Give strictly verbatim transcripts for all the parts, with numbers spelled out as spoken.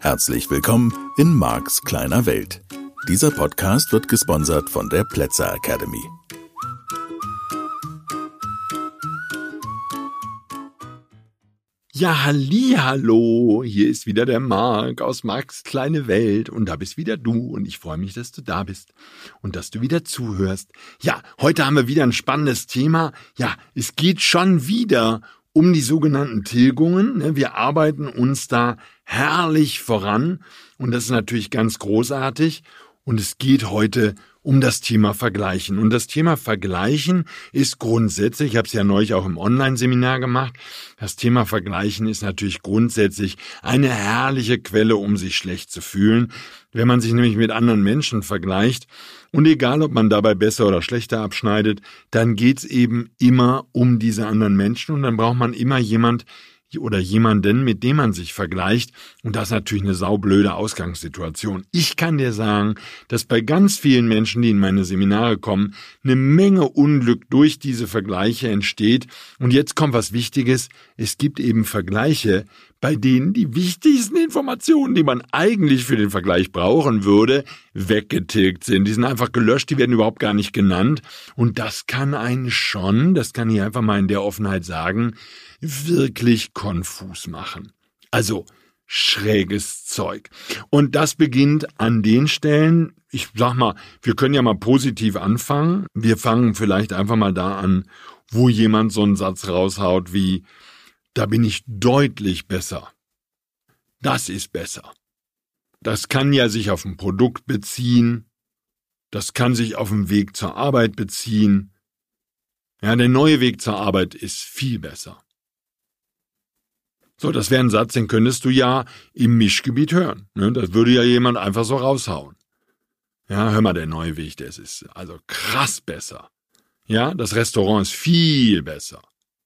Herzlich willkommen in Marks kleiner Welt. Dieser Podcast wird gesponsert von der Plätzer Academy. Ja, hallihallo, hier ist wieder der Mark aus Marks kleine Welt und da bist wieder du und ich freue mich, dass du da bist und dass du wieder zuhörst. Ja, heute haben wir wieder ein spannendes Thema. Ja, es geht schon wieder um die sogenannten Tilgungen. Wir arbeiten uns da herrlich voran und das ist natürlich ganz großartig und es geht heute um das Thema Vergleichen. Und das Thema Vergleichen ist grundsätzlich, ich habe es ja neulich auch im Online-Seminar gemacht, das Thema Vergleichen ist natürlich grundsätzlich eine herrliche Quelle, um sich schlecht zu fühlen, wenn man sich nämlich mit anderen Menschen vergleicht. Und egal, ob man dabei besser oder schlechter abschneidet, dann geht's eben immer um diese anderen Menschen und dann braucht man immer jemand, oder jemanden, mit dem man sich vergleicht. Und das ist natürlich eine saublöde Ausgangssituation. Ich kann dir sagen, dass bei ganz vielen Menschen, die in meine Seminare kommen, eine Menge Unglück durch diese Vergleiche entsteht. Und jetzt kommt was Wichtiges. Es gibt eben Vergleiche, bei denen die wichtigsten Informationen, die man eigentlich für den Vergleich brauchen würde, weggetilgt sind. Die sind einfach gelöscht, die werden überhaupt gar nicht genannt. Und das kann einen schon, das kann ich einfach mal in der Offenheit sagen, wirklich konfus machen. Also schräges Zeug. Und das beginnt an den Stellen, ich sag mal, wir können ja mal positiv anfangen. Wir fangen vielleicht einfach mal da an, wo jemand so einen Satz raushaut wie, da bin ich deutlich besser. Das ist besser. Das kann ja sich auf ein Produkt beziehen. Das kann sich auf den Weg zur Arbeit beziehen. Ja, der neue Weg zur Arbeit ist viel besser. So, das wäre ein Satz, den könntest du ja im Mischgebiet hören. Ne? Das würde ja jemand einfach so raushauen. Ja, hör mal, der neue Weg, der ist also krass besser. Ja, das Restaurant ist viel besser.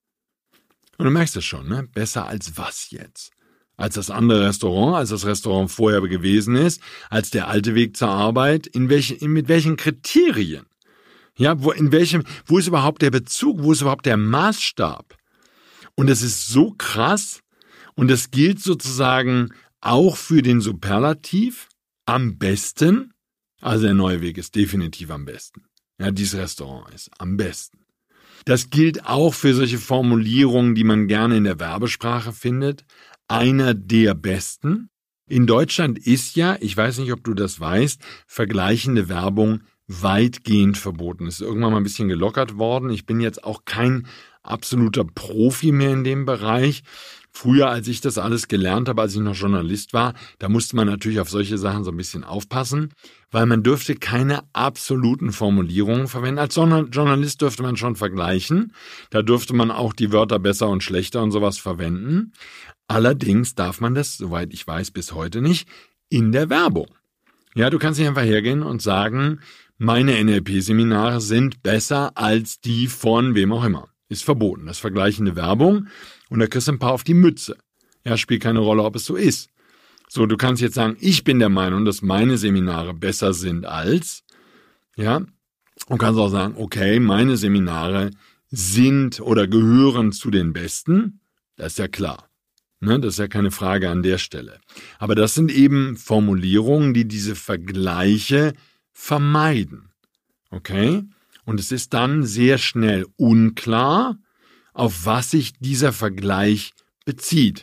Und du merkst es schon, ne? Besser als was jetzt? Als das andere Restaurant, als das Restaurant vorher gewesen ist, als der alte Weg zur Arbeit, in welchen, in, mit welchen Kriterien? Ja, wo, in welchem, wo ist überhaupt der Bezug, wo ist überhaupt der Maßstab? Und es ist so krass, und das gilt sozusagen auch für den Superlativ am besten, also der neue Weg ist definitiv am besten. Ja, dieses Restaurant ist am besten. Das gilt auch für solche Formulierungen, die man gerne in der Werbesprache findet. Einer der besten. In Deutschland ist ja, ich weiß nicht, ob du das weißt, vergleichende Werbung weitgehend verboten. Es ist irgendwann mal ein bisschen gelockert worden. Ich bin jetzt auch kein absoluter Profi mehr in dem Bereich. Früher, als ich das alles gelernt habe, als ich noch Journalist war, da musste man natürlich auf solche Sachen so ein bisschen aufpassen, weil man dürfte keine absoluten Formulierungen verwenden. Als Journalist dürfte man schon vergleichen. Da dürfte man auch die Wörter besser und schlechter und sowas verwenden. Allerdings darf man das, soweit ich weiß, bis heute nicht, in der Werbung. Ja, du kannst nicht einfach hergehen und sagen, meine N L P-Seminare sind besser als die von wem auch immer. Ist verboten. Das ist vergleichende Werbung. Und da kriegst du ein paar auf die Mütze. Ja, spielt keine Rolle, ob es so ist. So, du kannst jetzt sagen, ich bin der Meinung, dass meine Seminare besser sind als, ja, und kannst auch sagen, okay, meine Seminare sind oder gehören zu den besten. Das ist ja klar. Ne, das ist ja keine Frage an der Stelle. Aber das sind eben Formulierungen, die diese Vergleiche vermeiden. Okay? Und es ist dann sehr schnell unklar, auf was sich dieser Vergleich bezieht.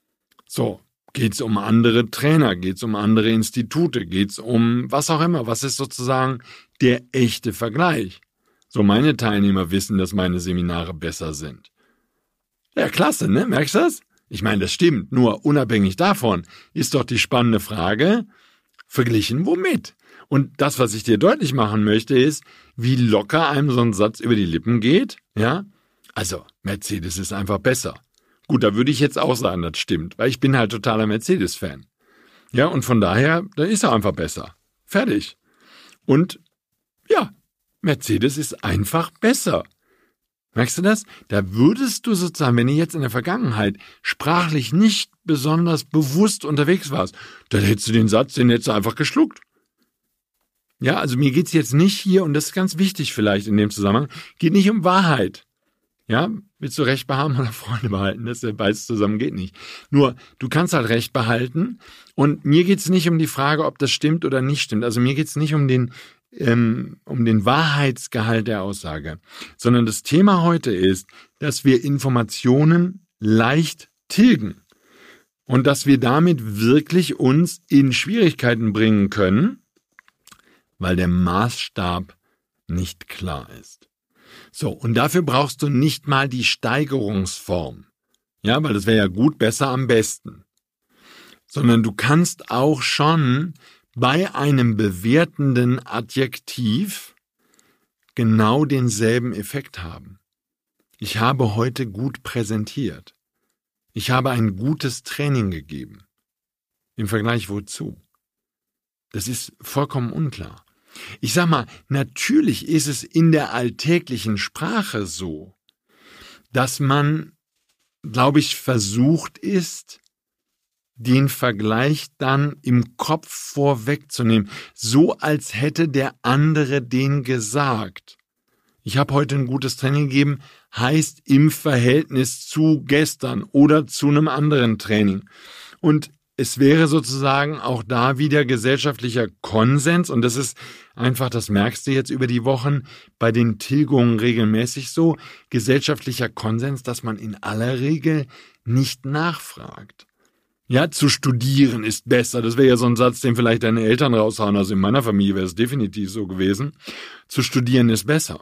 So, geht's um andere Trainer, geht's um andere Institute, geht's um was auch immer, was ist sozusagen der echte Vergleich? So, meine Teilnehmer wissen, dass meine Seminare besser sind. Ja, klasse, ne? Merkst du das? Ich meine, das stimmt, nur unabhängig davon ist doch die spannende Frage, verglichen womit? Und das, was ich dir deutlich machen möchte, ist, wie locker einem so ein Satz über die Lippen geht, ja? Also, Mercedes ist einfach besser. Gut, da würde ich jetzt auch sagen, das stimmt, weil ich bin halt totaler Mercedes-Fan. Ja, und von daher, da ist er einfach besser. Fertig. Und, ja, Mercedes ist einfach besser. Merkst du das? Da würdest du sozusagen, wenn du jetzt in der Vergangenheit sprachlich nicht besonders bewusst unterwegs warst, dann hättest du den Satz, den hättest du einfach geschluckt. Ja, also mir geht's jetzt nicht hier, und das ist ganz wichtig vielleicht in dem Zusammenhang, geht nicht um Wahrheit. Ja, willst du Recht behaben oder Freunde behalten? Das ist beides zusammen geht nicht. Nur, du kannst halt Recht behalten und mir geht's nicht um die Frage, ob das stimmt oder nicht stimmt. Also mir geht's nicht um den, ähm, um den Wahrheitsgehalt der Aussage, sondern das Thema heute ist, dass wir Informationen leicht tilgen und dass wir damit wirklich uns in Schwierigkeiten bringen können, weil der Maßstab nicht klar ist. So, und dafür brauchst du nicht mal die Steigerungsform. Ja, weil das wäre ja gut, besser, am besten. Sondern du kannst auch schon bei einem bewertenden Adjektiv genau denselben Effekt haben. Ich habe heute gut präsentiert. Ich habe ein gutes Training gegeben. Im Vergleich wozu? Das ist vollkommen unklar. Ich sag mal, natürlich ist es in der alltäglichen Sprache so, dass man, glaube ich, versucht ist, den Vergleich dann im Kopf vorwegzunehmen, so als hätte der andere den gesagt. Ich habe heute ein gutes Training gegeben, heißt im Verhältnis zu gestern oder zu einem anderen Training. Und es wäre sozusagen auch da wieder gesellschaftlicher Konsens, und das ist einfach, das merkst du jetzt über die Wochen bei den Tilgungen regelmäßig so, gesellschaftlicher Konsens, dass man in aller Regel nicht nachfragt. Ja, zu studieren ist besser. Das wäre ja so ein Satz, den vielleicht deine Eltern raushauen. Also in meiner Familie wäre es definitiv so gewesen. Zu studieren ist besser.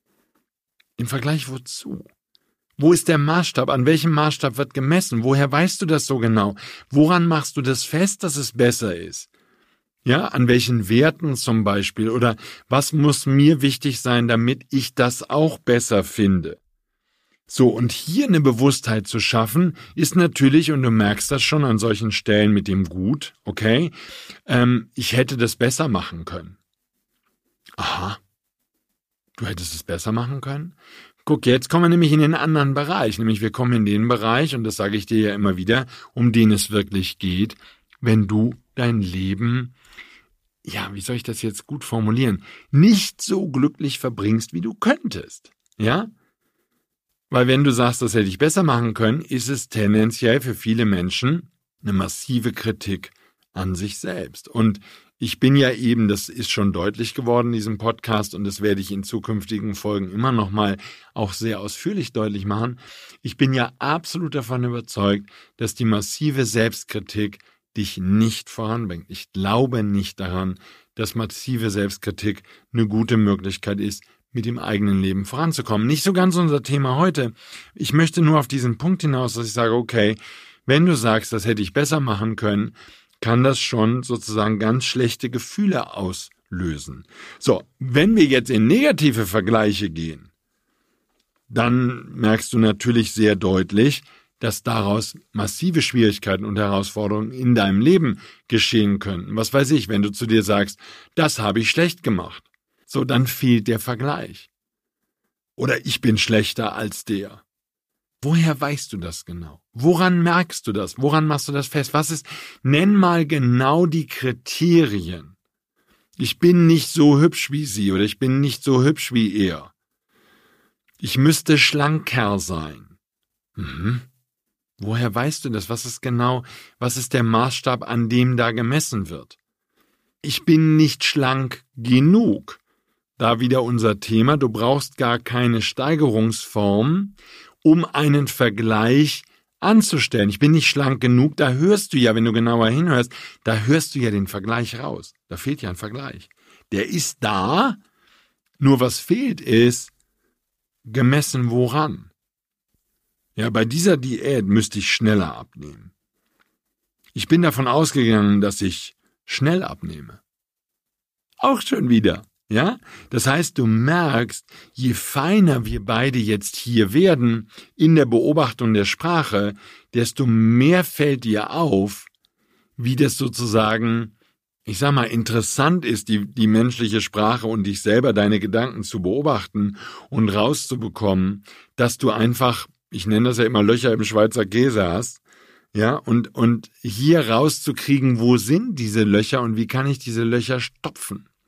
Im Vergleich wozu? Wo ist der Maßstab? An welchem Maßstab wird gemessen? Woher weißt du das so genau? Woran machst du das fest, dass es besser ist? Ja, an welchen Werten zum Beispiel? Oder was muss mir wichtig sein, damit ich das auch besser finde? So, und hier eine Bewusstheit zu schaffen, ist natürlich, und du merkst das schon an solchen Stellen mit dem Gut, okay, ähm, ich hätte das besser machen können. Aha, du hättest es besser machen können? Guck, jetzt kommen wir nämlich in den anderen Bereich, nämlich wir kommen in den Bereich, und das sage ich dir ja immer wieder, um den es wirklich geht, wenn du dein Leben, ja, wie soll ich das jetzt gut formulieren, nicht so glücklich verbringst, wie du könntest, ja? Weil wenn du sagst, das hätte ich besser machen können, ist es tendenziell für viele Menschen eine massive Kritik an sich selbst. Und ich bin ja eben, das ist schon deutlich geworden in diesem Podcast, und das werde ich in zukünftigen Folgen immer noch mal auch sehr ausführlich deutlich machen. Ich bin ja absolut davon überzeugt, dass die massive Selbstkritik dich nicht voranbringt. Ich glaube nicht daran, dass massive Selbstkritik eine gute Möglichkeit ist, mit dem eigenen Leben voranzukommen. Nicht so ganz unser Thema heute. Ich möchte nur auf diesen Punkt hinaus, dass ich sage, okay, wenn du sagst, das hätte ich besser machen können, kann das schon sozusagen ganz schlechte Gefühle auslösen. So, wenn wir jetzt in negative Vergleiche gehen, dann merkst du natürlich sehr deutlich, dass daraus massive Schwierigkeiten und Herausforderungen in deinem Leben geschehen können. Was weiß ich, wenn du zu dir sagst, das habe ich schlecht gemacht. So, dann fehlt der Vergleich. Oder ich bin schlechter als der. Woher weißt du das genau? Woran merkst du das? Woran machst du das fest? Was ist, nenn mal genau die Kriterien. Ich bin nicht so hübsch wie sie oder ich bin nicht so hübsch wie er. Ich müsste schlanker sein. Mhm. Woher weißt du das? Was ist genau, was ist der Maßstab, an dem da gemessen wird? Ich bin nicht schlank genug. Da wieder unser Thema, du brauchst gar keine Steigerungsform, um einen Vergleich anzustellen. Ich bin nicht schlank genug, da hörst du ja, wenn du genauer hinhörst, da hörst du ja den Vergleich raus. Da fehlt ja ein Vergleich. Der ist da, nur was fehlt ist, gemessen woran. Ja, bei dieser Diät müsste ich schneller abnehmen. Ich bin davon ausgegangen, dass ich schnell abnehme. Auch schon wieder. Ja, das heißt, du merkst, je feiner wir beide jetzt hier werden in der Beobachtung der Sprache, desto mehr fällt dir auf, wie das sozusagen, ich sag mal, interessant ist, die, die menschliche Sprache und dich selber, deine Gedanken zu beobachten und rauszubekommen, dass du einfach, ich nenne das ja immer Löcher im Schweizer Käse hast, ja, und, und hier rauszukriegen, wo sind diese Löcher und wie kann ich diese Löcher stopfen?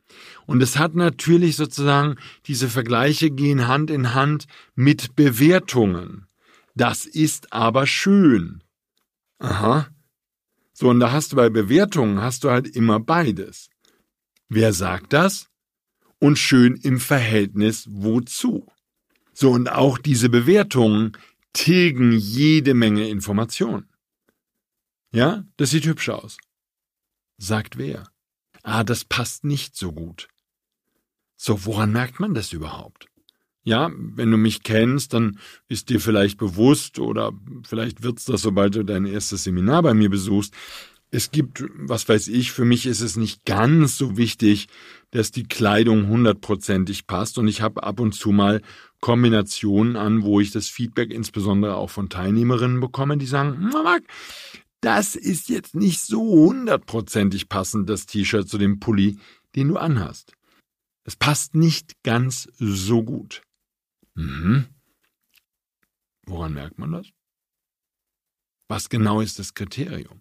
Und es hat natürlich sozusagen, diese Vergleiche gehen Hand in Hand mit Bewertungen. Das ist aber schön. Aha. So, und da hast du bei Bewertungen, hast du halt immer beides. Wer sagt das? Und schön im Verhältnis wozu? So, und auch diese Bewertungen tilgen jede Menge Informationen. Ja, das sieht hübsch aus. Sagt wer? Ah, das passt nicht so gut. So, woran merkt man das überhaupt? Ja, wenn du mich kennst, dann ist dir vielleicht bewusst oder vielleicht wird's das, sobald du dein erstes Seminar bei mir besuchst. Es gibt, was weiß ich, für mich ist es nicht ganz so wichtig, dass die Kleidung hundertprozentig passt und ich habe ab und zu mal Kombinationen an, wo ich das Feedback insbesondere auch von Teilnehmerinnen bekomme, die sagen, Marc, das ist jetzt nicht so hundertprozentig passend, das T-Shirt zu dem Pulli, den du anhast. Es passt nicht ganz so gut. Mhm. Woran merkt man das? Was genau ist das Kriterium?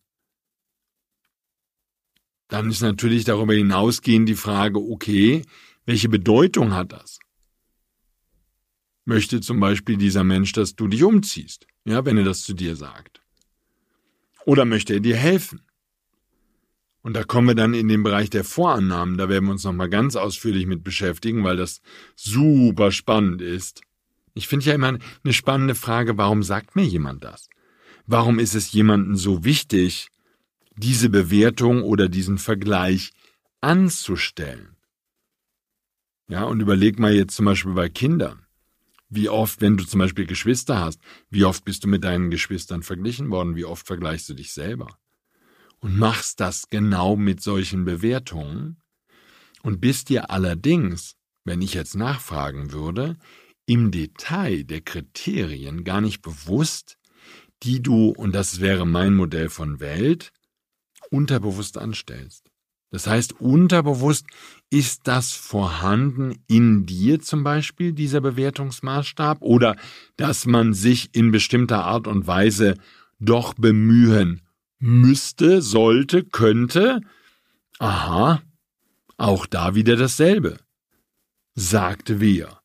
Dann ist natürlich darüber hinausgehend die Frage, okay, welche Bedeutung hat das? Möchte zum Beispiel dieser Mensch, dass du dich umziehst, ja, wenn er das zu dir sagt? Oder möchte er dir helfen? Und da kommen wir dann in den Bereich der Vorannahmen, da werden wir uns nochmal ganz ausführlich mit beschäftigen, weil das super spannend ist. Ich finde ja immer eine spannende Frage, warum sagt mir jemand das? Warum ist es jemandem so wichtig, diese Bewertung oder diesen Vergleich anzustellen? Ja, und überleg mal jetzt zum Beispiel bei Kindern. Wie oft, wenn du zum Beispiel Geschwister hast, wie oft bist du mit deinen Geschwistern verglichen worden? Wie oft vergleichst du dich selber? Und machst das genau mit solchen Bewertungen und bist dir allerdings, wenn ich jetzt nachfragen würde, im Detail der Kriterien gar nicht bewusst, die du, und das wäre mein Modell von Welt, unterbewusst anstellst. Das heißt, unterbewusst ist das vorhanden in dir zum Beispiel, dieser Bewertungsmaßstab, oder dass man sich in bestimmter Art und Weise doch bemühen müsste, sollte, könnte. Aha, auch da wieder dasselbe. Sagt wer.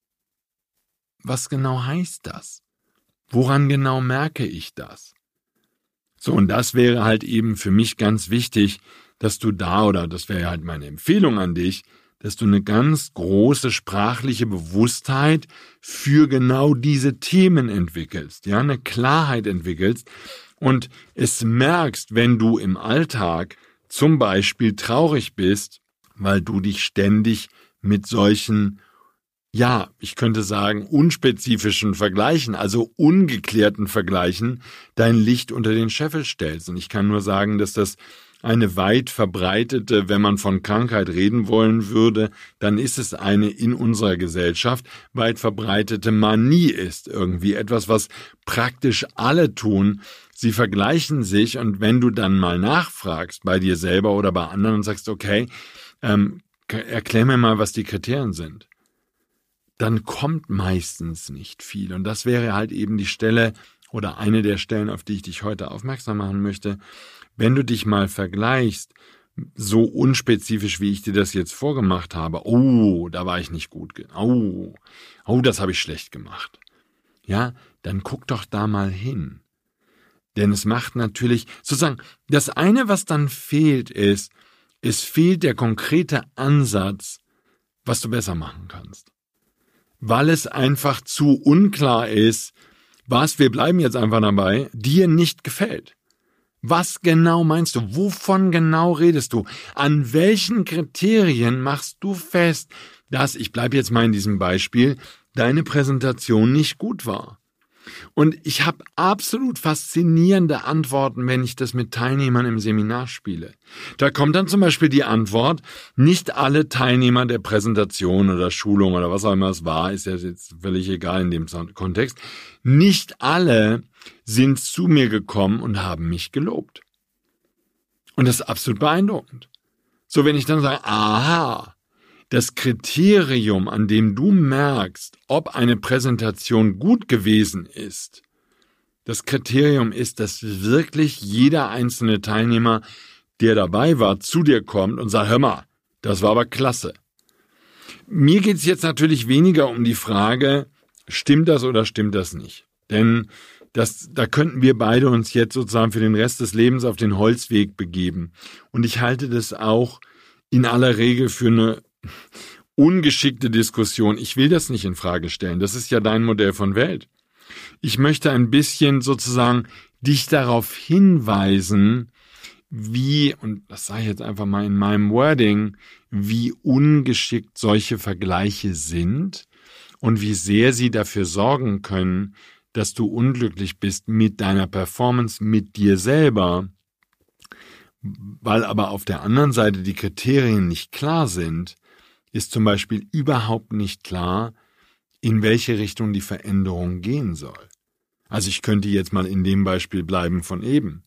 Was genau heißt das? Woran genau merke ich das? So, und das wäre halt eben für mich ganz wichtig, dass du da, oder das wäre halt meine Empfehlung an dich, dass du eine ganz große sprachliche Bewusstheit für genau diese Themen entwickelst, ja, eine Klarheit entwickelst und es merkst, wenn du im Alltag zum Beispiel traurig bist, weil du dich ständig mit solchen, ja, ich könnte sagen, unspezifischen Vergleichen, also ungeklärten Vergleichen, dein Licht unter den Scheffel stellst. Und ich kann nur sagen, dass das eine weit verbreitete, wenn man von Krankheit reden wollen würde, dann ist es eine in unserer Gesellschaft weit verbreitete Manie ist. Irgendwie etwas, was praktisch alle tun. Sie vergleichen sich und wenn du dann mal nachfragst bei dir selber oder bei anderen und sagst, okay, ähm, erklär mir mal, was die Kriterien sind, dann kommt meistens nicht viel. Und das wäre halt eben die Stelle oder eine der Stellen, auf die ich dich heute aufmerksam machen möchte. Wenn du dich mal vergleichst, so unspezifisch, wie ich dir das jetzt vorgemacht habe, oh, da war ich nicht gut, oh, oh, das habe ich schlecht gemacht. Ja, dann guck doch da mal hin. Denn es macht natürlich, sozusagen, das eine, was dann fehlt, ist, es fehlt der konkrete Ansatz, was du besser machen kannst. Weil es einfach zu unklar ist, was, wir bleiben jetzt einfach dabei, dir nicht gefällt. Was genau meinst du? Wovon genau redest du? An welchen Kriterien machst du fest, dass, ich bleibe jetzt mal in diesem Beispiel, deine Präsentation nicht gut war? Und ich habe absolut faszinierende Antworten, wenn ich das mit Teilnehmern im Seminar spiele. Da kommt dann zum Beispiel die Antwort, nicht alle Teilnehmer der Präsentation oder Schulung oder was auch immer es war, ist ja jetzt völlig egal in dem Kontext, nicht alle sind zu mir gekommen und haben mich gelobt. Und das ist absolut beeindruckend. So, wenn ich dann sage, aha, das Kriterium, an dem du merkst, ob eine Präsentation gut gewesen ist, das Kriterium ist, dass wirklich jeder einzelne Teilnehmer, der dabei war, zu dir kommt und sagt, hör mal, das war aber klasse. Mir geht es jetzt natürlich weniger um die Frage, stimmt das oder stimmt das nicht? Denn das, da könnten wir beide uns jetzt sozusagen für den Rest des Lebens auf den Holzweg begeben. Und ich halte das auch in aller Regel für eine ungeschickte Diskussion. Ich will das nicht in Frage stellen. Das ist ja dein Modell von Welt. Ich möchte ein bisschen sozusagen dich darauf hinweisen, wie, und das sage ich jetzt einfach mal in meinem Wording, wie ungeschickt solche Vergleiche sind und wie sehr sie dafür sorgen können, dass du unglücklich bist mit deiner Performance, mit dir selber, weil aber auf der anderen Seite die Kriterien nicht klar sind, ist zum Beispiel überhaupt nicht klar, in welche Richtung die Veränderung gehen soll. Also ich könnte jetzt mal in dem Beispiel bleiben von eben.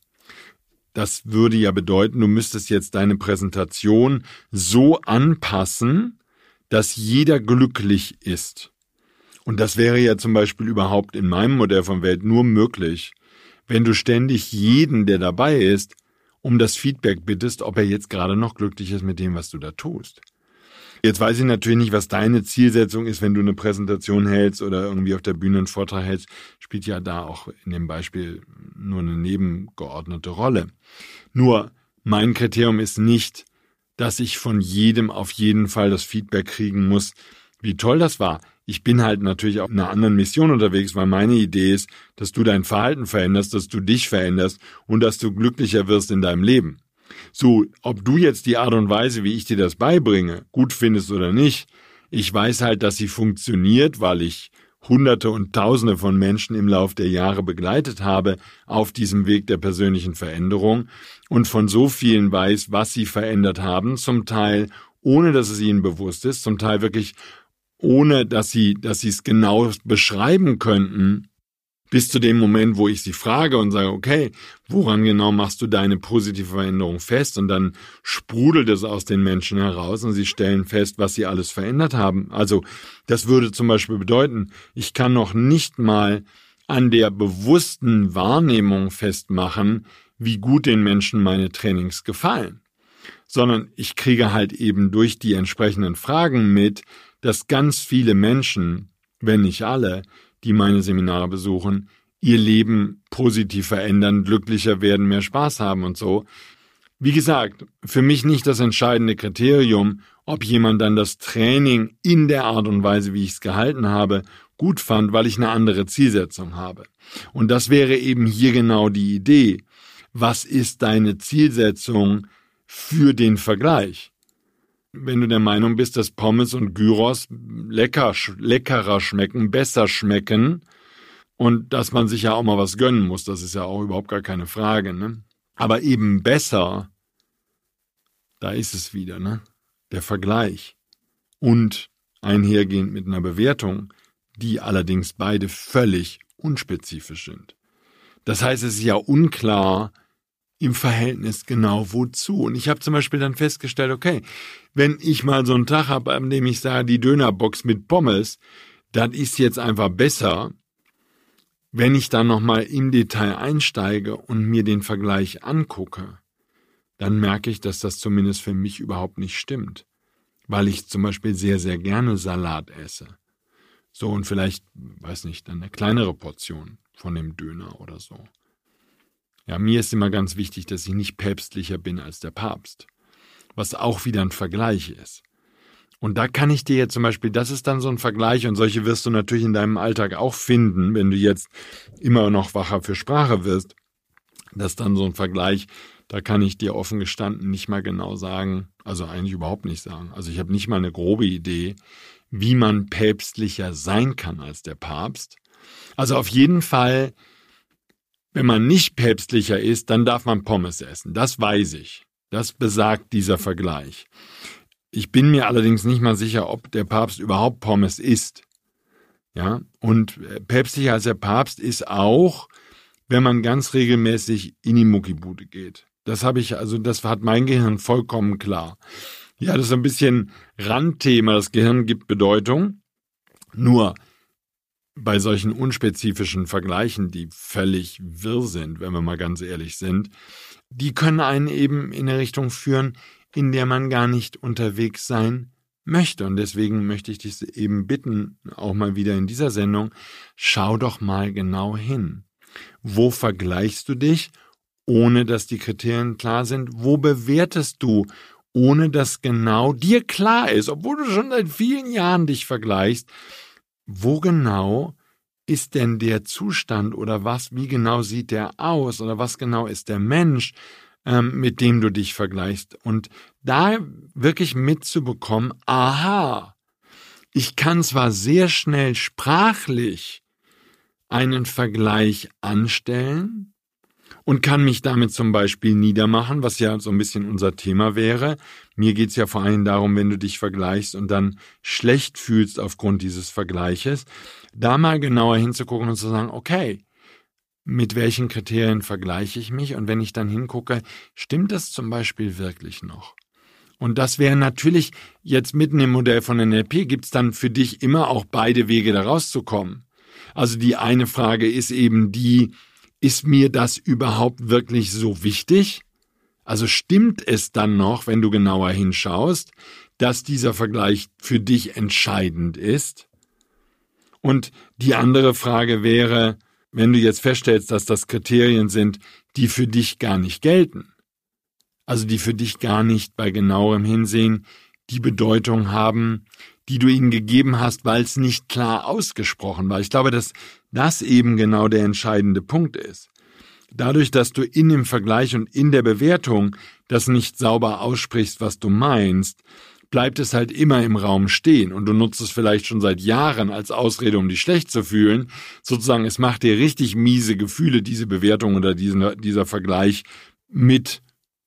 Das würde ja bedeuten, du müsstest jetzt deine Präsentation so anpassen, dass jeder glücklich ist. Und das wäre ja zum Beispiel überhaupt in meinem Modell von Welt nur möglich, wenn du ständig jeden, der dabei ist, um das Feedback bittest, ob er jetzt gerade noch glücklich ist mit dem, was du da tust. Jetzt weiß ich natürlich nicht, was deine Zielsetzung ist, wenn du eine Präsentation hältst oder irgendwie auf der Bühne einen Vortrag hältst, spielt ja da auch in dem Beispiel nur eine nebengeordnete Rolle. Nur mein Kriterium ist nicht, dass ich von jedem auf jeden Fall das Feedback kriegen muss, wie toll das war. Ich bin halt natürlich auf einer anderen Mission unterwegs, weil meine Idee ist, dass du dein Verhalten veränderst, dass du dich veränderst und dass du glücklicher wirst in deinem Leben. So, ob du jetzt die Art und Weise, wie ich dir das beibringe, gut findest oder nicht, ich weiß halt, dass sie funktioniert, weil ich Hunderte und Tausende von Menschen im Lauf der Jahre begleitet habe auf diesem Weg der persönlichen Veränderung und von so vielen weiß, was sie verändert haben, zum Teil ohne, dass es ihnen bewusst ist, zum Teil wirklich ohne, dass sie, dass sie es genau beschreiben könnten, bis zu dem Moment, wo ich sie frage und sage, okay, woran genau machst du deine positive Veränderung fest? Und dann sprudelt es aus den Menschen heraus und sie stellen fest, was sie alles verändert haben. Also das würde zum Beispiel bedeuten, ich kann noch nicht mal an der bewussten Wahrnehmung festmachen, wie gut den Menschen meine Trainings gefallen, sondern ich kriege halt eben durch die entsprechenden Fragen mit, dass ganz viele Menschen, wenn nicht alle, die meine Seminare besuchen, ihr Leben positiv verändern, glücklicher werden, mehr Spaß haben und so. Wie gesagt, für mich nicht das entscheidende Kriterium, ob jemand dann das Training in der Art und Weise, wie ich es gehalten habe, gut fand, weil ich eine andere Zielsetzung habe. Und das wäre eben hier genau die Idee. Was ist deine Zielsetzung für den Vergleich? Wenn du der Meinung bist, dass Pommes und Gyros lecker, leckerer schmecken, besser schmecken und dass man sich ja auch mal was gönnen muss, das ist ja auch überhaupt gar keine Frage, ne? Aber eben besser, da ist es wieder, ne? Der Vergleich. Und einhergehend mit einer Bewertung, die allerdings beide völlig unspezifisch sind. Das heißt, es ist ja unklar, im Verhältnis genau wozu. Und ich habe zum Beispiel dann festgestellt, okay, wenn ich mal so einen Tag habe, an dem ich sage, die Dönerbox mit Pommes, das ist jetzt einfach besser, wenn ich dann nochmal im Detail einsteige und mir den Vergleich angucke, dann merke ich, dass das zumindest für mich überhaupt nicht stimmt, weil ich zum Beispiel sehr, sehr gerne Salat esse. So, und vielleicht, weiß nicht, dann eine kleinere Portion von dem Döner oder so. Ja, mir ist immer ganz wichtig, dass ich nicht päpstlicher bin als der Papst, was auch wieder ein Vergleich ist. Und da kann ich dir jetzt zum Beispiel, das ist dann so ein Vergleich und solche wirst du natürlich in deinem Alltag auch finden, wenn du jetzt immer noch wacher für Sprache wirst. Das ist dann so ein Vergleich, da kann ich dir offen gestanden nicht mal genau sagen, also eigentlich überhaupt nicht sagen. Also ich habe nicht mal eine grobe Idee, wie man päpstlicher sein kann als der Papst. Also auf jeden Fall, wenn man nicht päpstlicher ist, dann darf man Pommes essen. Das weiß ich. Das besagt dieser Vergleich. Ich bin mir allerdings nicht mal sicher, ob der Papst überhaupt Pommes isst. Ja, und päpstlicher als der Papst ist auch, wenn man ganz regelmäßig in die Muckibude geht. Das habe ich, also das hat mein Gehirn vollkommen klar. Ja, das ist ein bisschen Randthema. Das Gehirn gibt Bedeutung. Nur bei solchen unspezifischen Vergleichen, die völlig wirr sind, wenn wir mal ganz ehrlich sind, die können einen eben in eine Richtung führen, in der man gar nicht unterwegs sein möchte. Und deswegen möchte ich dich eben bitten, auch mal wieder in dieser Sendung, schau doch mal genau hin. Wo vergleichst du dich, ohne dass die Kriterien klar sind? Wo bewertest du, ohne dass genau dir klar ist, obwohl du schon seit vielen Jahren dich vergleichst, wo genau ist denn der Zustand oder was, wie genau sieht der aus oder was genau ist der Mensch, ähm, mit dem du dich vergleichst? Und da wirklich mitzubekommen, aha, ich kann zwar sehr schnell sprachlich einen Vergleich anstellen und kann mich damit zum Beispiel niedermachen, was ja so ein bisschen unser Thema wäre. Mir geht's ja vor allem darum, wenn du dich vergleichst und dann schlecht fühlst aufgrund dieses Vergleiches, da mal genauer hinzugucken und zu sagen, okay, mit welchen Kriterien vergleiche ich mich? Und wenn ich dann hingucke, stimmt das zum Beispiel wirklich noch? Und das wäre natürlich jetzt mitten im Modell von N L P, gibt's dann für dich immer auch beide Wege, da rauszukommen. Also die eine Frage ist eben die, ist mir das überhaupt wirklich so wichtig? Also stimmt es dann noch, wenn du genauer hinschaust, dass dieser Vergleich für dich entscheidend ist? Und die andere Frage wäre, wenn du jetzt feststellst, dass das Kriterien sind, die für dich gar nicht gelten, also die für dich gar nicht bei genauerem Hinsehen die Bedeutung haben, die du ihnen gegeben hast, weil es nicht klar ausgesprochen war. Ich glaube, dass das eben genau der entscheidende Punkt ist. Dadurch, dass du in dem Vergleich und in der Bewertung das nicht sauber aussprichst, was du meinst, bleibt es halt immer im Raum stehen und du nutzt es vielleicht schon seit Jahren als Ausrede, um dich schlecht zu fühlen. Sozusagen, es macht dir richtig miese Gefühle, diese Bewertung oder diesen, dieser Vergleich mit,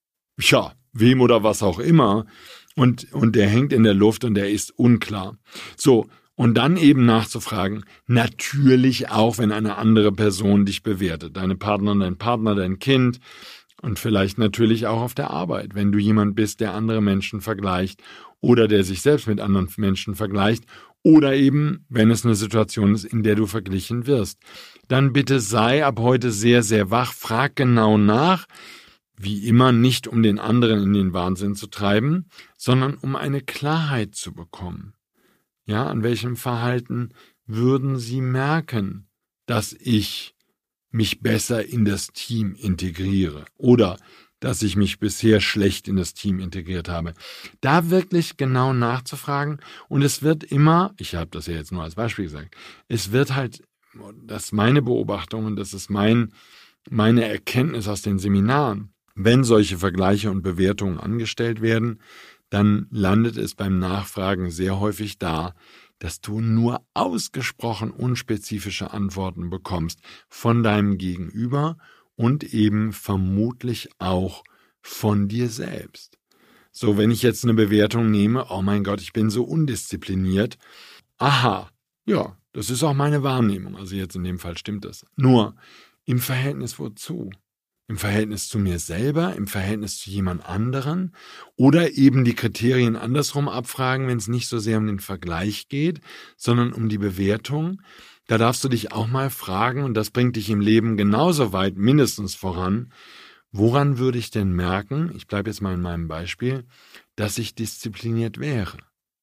ja, wem oder was auch immer. Und, und der hängt in der Luft und der ist unklar. So, und dann eben nachzufragen, natürlich auch, wenn eine andere Person dich bewertet, deine Partnerin, dein Partner, dein Kind und vielleicht natürlich auch auf der Arbeit, wenn du jemand bist, der andere Menschen vergleicht oder der sich selbst mit anderen Menschen vergleicht oder eben, wenn es eine Situation ist, in der du verglichen wirst. Dann bitte sei ab heute sehr, sehr wach, frag genau nach, wie immer nicht um den anderen in den Wahnsinn zu treiben, sondern um eine Klarheit zu bekommen. Ja, an welchem Verhalten würden Sie merken, dass ich mich besser in das Team integriere oder dass ich mich bisher schlecht in das Team integriert habe. Da wirklich genau nachzufragen und es wird immer, ich habe das ja jetzt nur als Beispiel gesagt, es wird halt, das ist meine Beobachtung und das ist mein, meine Erkenntnis aus den Seminaren, wenn solche Vergleiche und Bewertungen angestellt werden, dann landet es beim Nachfragen sehr häufig da, dass du nur ausgesprochen unspezifische Antworten bekommst von deinem Gegenüber und eben vermutlich auch von dir selbst. So, wenn ich jetzt eine Bewertung nehme, oh mein Gott, ich bin so undiszipliniert. Aha, ja, das ist auch meine Wahrnehmung. Also jetzt in dem Fall stimmt das. Nur im Verhältnis wozu? Im Verhältnis zu mir selber, im Verhältnis zu jemand anderen oder eben die Kriterien andersrum abfragen, wenn es nicht so sehr um den Vergleich geht, sondern um die Bewertung. Da darfst du dich auch mal fragen, und das bringt dich im Leben genauso weit mindestens voran, woran würde ich denn merken, ich bleibe jetzt mal in meinem Beispiel, dass ich diszipliniert wäre.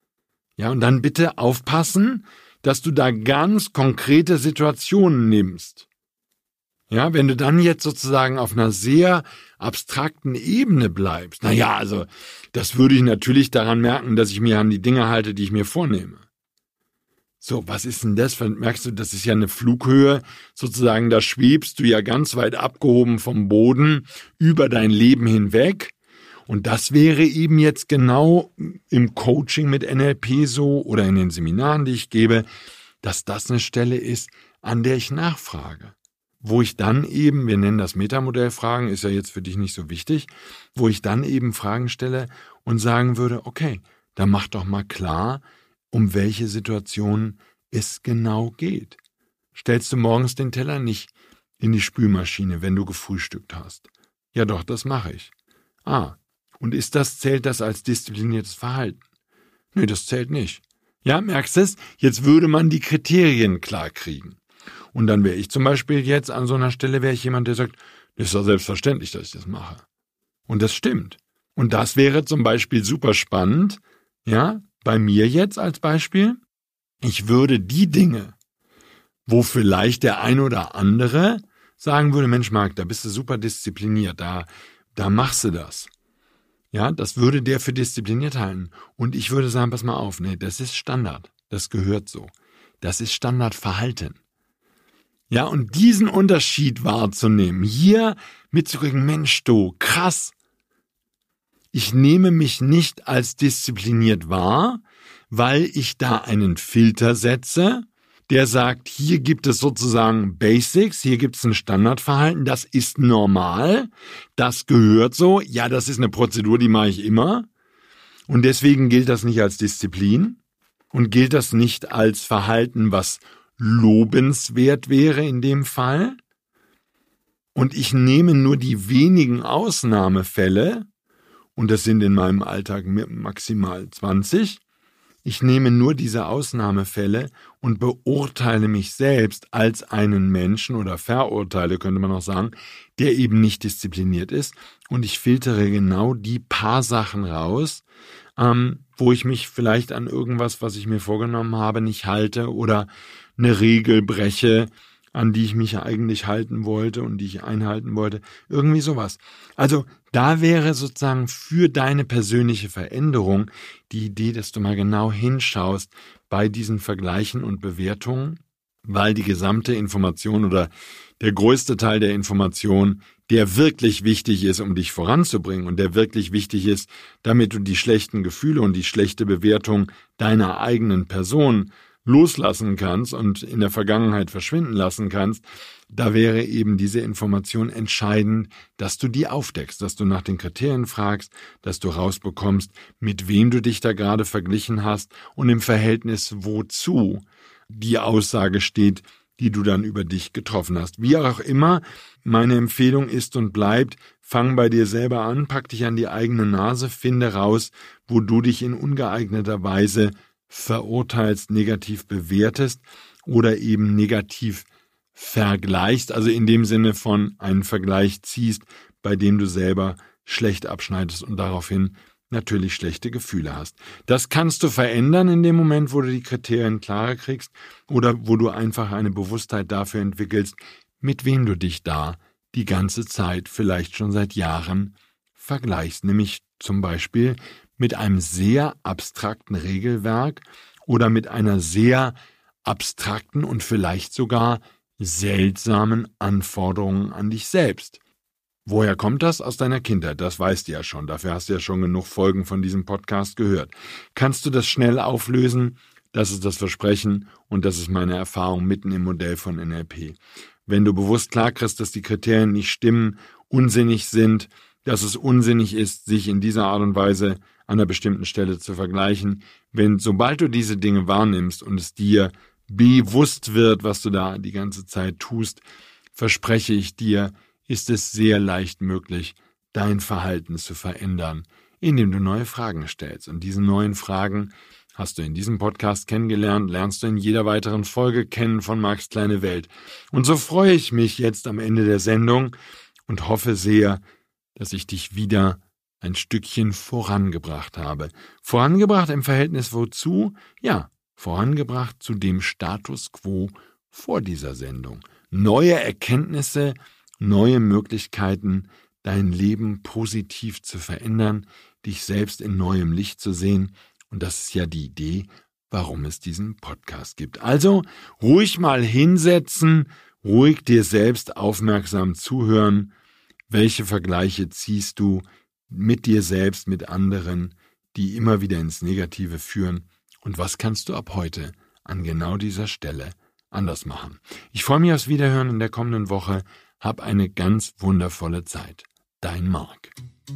Ja, und dann bitte aufpassen, dass du da ganz konkrete Situationen nimmst. Ja, wenn du dann jetzt sozusagen auf einer sehr abstrakten Ebene bleibst, na ja, also das würde ich natürlich daran merken, dass ich mir an die Dinge halte, die ich mir vornehme. So, was ist denn das? Merkst du, das ist ja eine Flughöhe, sozusagen, da schwebst du ja ganz weit abgehoben vom Boden über dein Leben hinweg. Und das wäre eben jetzt genau im Coaching mit N L P so oder in den Seminaren, die ich gebe, dass das eine Stelle ist, an der ich nachfrage. Wo ich dann eben, wir nennen das Metamodell-Fragen, ist ja jetzt für dich nicht so wichtig, wo ich dann eben Fragen stelle und sagen würde, okay, dann mach doch mal klar, um welche Situation es genau geht. Stellst du morgens den Teller nicht in die Spülmaschine, wenn du gefrühstückt hast? Ja doch, das mache ich. Ah, und ist das, zählt das als diszipliniertes Verhalten? Nö, das zählt nicht. Ja, merkst du es? Jetzt würde man die Kriterien klar kriegen. Und dann wäre ich zum Beispiel jetzt an so einer Stelle, wäre ich jemand, der sagt, das ist doch selbstverständlich, dass ich das mache. Und das stimmt. Und das wäre zum Beispiel super spannend, ja, bei mir jetzt als Beispiel, ich würde die Dinge, wo vielleicht der ein oder andere sagen würde, Mensch Marc, da bist du super diszipliniert, da, da machst du das. Ja, das würde der für diszipliniert halten. Und ich würde sagen, pass mal auf, nee, das ist Standard, das gehört so. Das ist Standardverhalten. Ja, und diesen Unterschied wahrzunehmen, hier mitzukriegen, Mensch du, krass, ich nehme mich nicht als diszipliniert wahr, weil ich da einen Filter setze, der sagt, hier gibt es sozusagen Basics, hier gibt es ein Standardverhalten, das ist normal, das gehört so, ja, das ist eine Prozedur, die mache ich immer und deswegen gilt das nicht als Disziplin und gilt das nicht als Verhalten, was lobenswert wäre in dem Fall. Und ich nehme nur die wenigen Ausnahmefälle, und das sind in meinem Alltag maximal zwanzig, ich nehme nur diese Ausnahmefälle und beurteile mich selbst als einen Menschen oder verurteile, könnte man auch sagen, der eben nicht diszipliniert ist. Und ich filtere genau die paar Sachen raus, ähm, wo ich mich vielleicht an irgendwas, was ich mir vorgenommen habe, nicht halte oder eine Regel breche, an die ich mich eigentlich halten wollte und die ich einhalten wollte. Irgendwie sowas. Also da wäre sozusagen für deine persönliche Veränderung die Idee, dass du mal genau hinschaust bei diesen Vergleichen und Bewertungen, weil die gesamte Information oder der größte Teil der Information, der wirklich wichtig ist, um dich voranzubringen und der wirklich wichtig ist, damit du die schlechten Gefühle und die schlechte Bewertung deiner eigenen Person loslassen kannst und in der Vergangenheit verschwinden lassen kannst, da wäre eben diese Information entscheidend, dass du die aufdeckst, dass du nach den Kriterien fragst, dass du rausbekommst, mit wem du dich da gerade verglichen hast und im Verhältnis wozu die Aussage steht, die du dann über dich getroffen hast. Wie auch immer, meine Empfehlung ist und bleibt, fang bei dir selber an, pack dich an die eigene Nase, finde raus, wo du dich in ungeeigneter Weise verurteilst, negativ bewertest oder eben negativ vergleichst, also in dem Sinne von einen Vergleich ziehst, bei dem du selber schlecht abschneidest und daraufhin natürlich schlechte Gefühle hast. Das kannst du verändern in dem Moment, wo du die Kriterien klarer kriegst oder wo du einfach eine Bewusstheit dafür entwickelst, mit wem du dich da die ganze Zeit, vielleicht schon seit Jahren, vergleichst, nämlich zum Beispiel mit einem sehr abstrakten Regelwerk oder mit einer sehr abstrakten und vielleicht sogar seltsamen Anforderungen an dich selbst. Woher kommt das? Aus deiner Kindheit, das weißt du ja schon, dafür hast du ja schon genug Folgen von diesem Podcast gehört. Kannst du das schnell auflösen? Das ist das Versprechen und das ist meine Erfahrung mitten im Modell von N L P. Wenn du bewusst klarkriegst, dass die Kriterien nicht stimmen, unsinnig sind, dass es unsinnig ist, sich in dieser Art und Weise an einer bestimmten Stelle zu vergleichen. Wenn, sobald du diese Dinge wahrnimmst und es dir bewusst wird, was du da die ganze Zeit tust, verspreche ich dir, ist es sehr leicht möglich, dein Verhalten zu verändern, indem du neue Fragen stellst. Und diese neuen Fragen hast du in diesem Podcast kennengelernt, lernst du in jeder weiteren Folge kennen von Marcs kleine Welt. Und so freue ich mich jetzt am Ende der Sendung und hoffe sehr, dass ich dich wieder ein Stückchen vorangebracht habe. Vorangebracht im Verhältnis wozu? Ja, vorangebracht zu dem Status quo vor dieser Sendung. Neue Erkenntnisse, neue Möglichkeiten, dein Leben positiv zu verändern, dich selbst in neuem Licht zu sehen. Und das ist ja die Idee, warum es diesen Podcast gibt. Also ruhig mal hinsetzen, ruhig dir selbst aufmerksam zuhören. Welche Vergleiche ziehst du mit dir selbst, mit anderen, die immer wieder ins Negative führen? Und was kannst du ab heute an genau dieser Stelle anders machen? Ich freue mich aufs Wiederhören in der kommenden Woche. Hab eine ganz wundervolle Zeit. Dein Marc.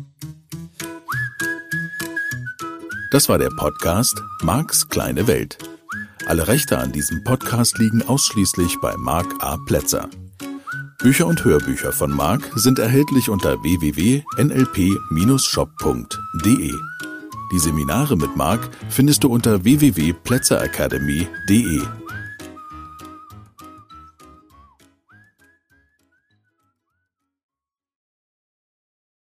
Das war der Podcast Marcs kleine Welt. Alle Rechte an diesem Podcast liegen ausschließlich bei Marc A. Plätzer. Bücher und Hörbücher von Marc sind erhältlich unter w w w punkt n l p Bindestrich shop punkt d e. Die Seminare mit Marc findest du unter w w w punkt plätzer academy punkt d e.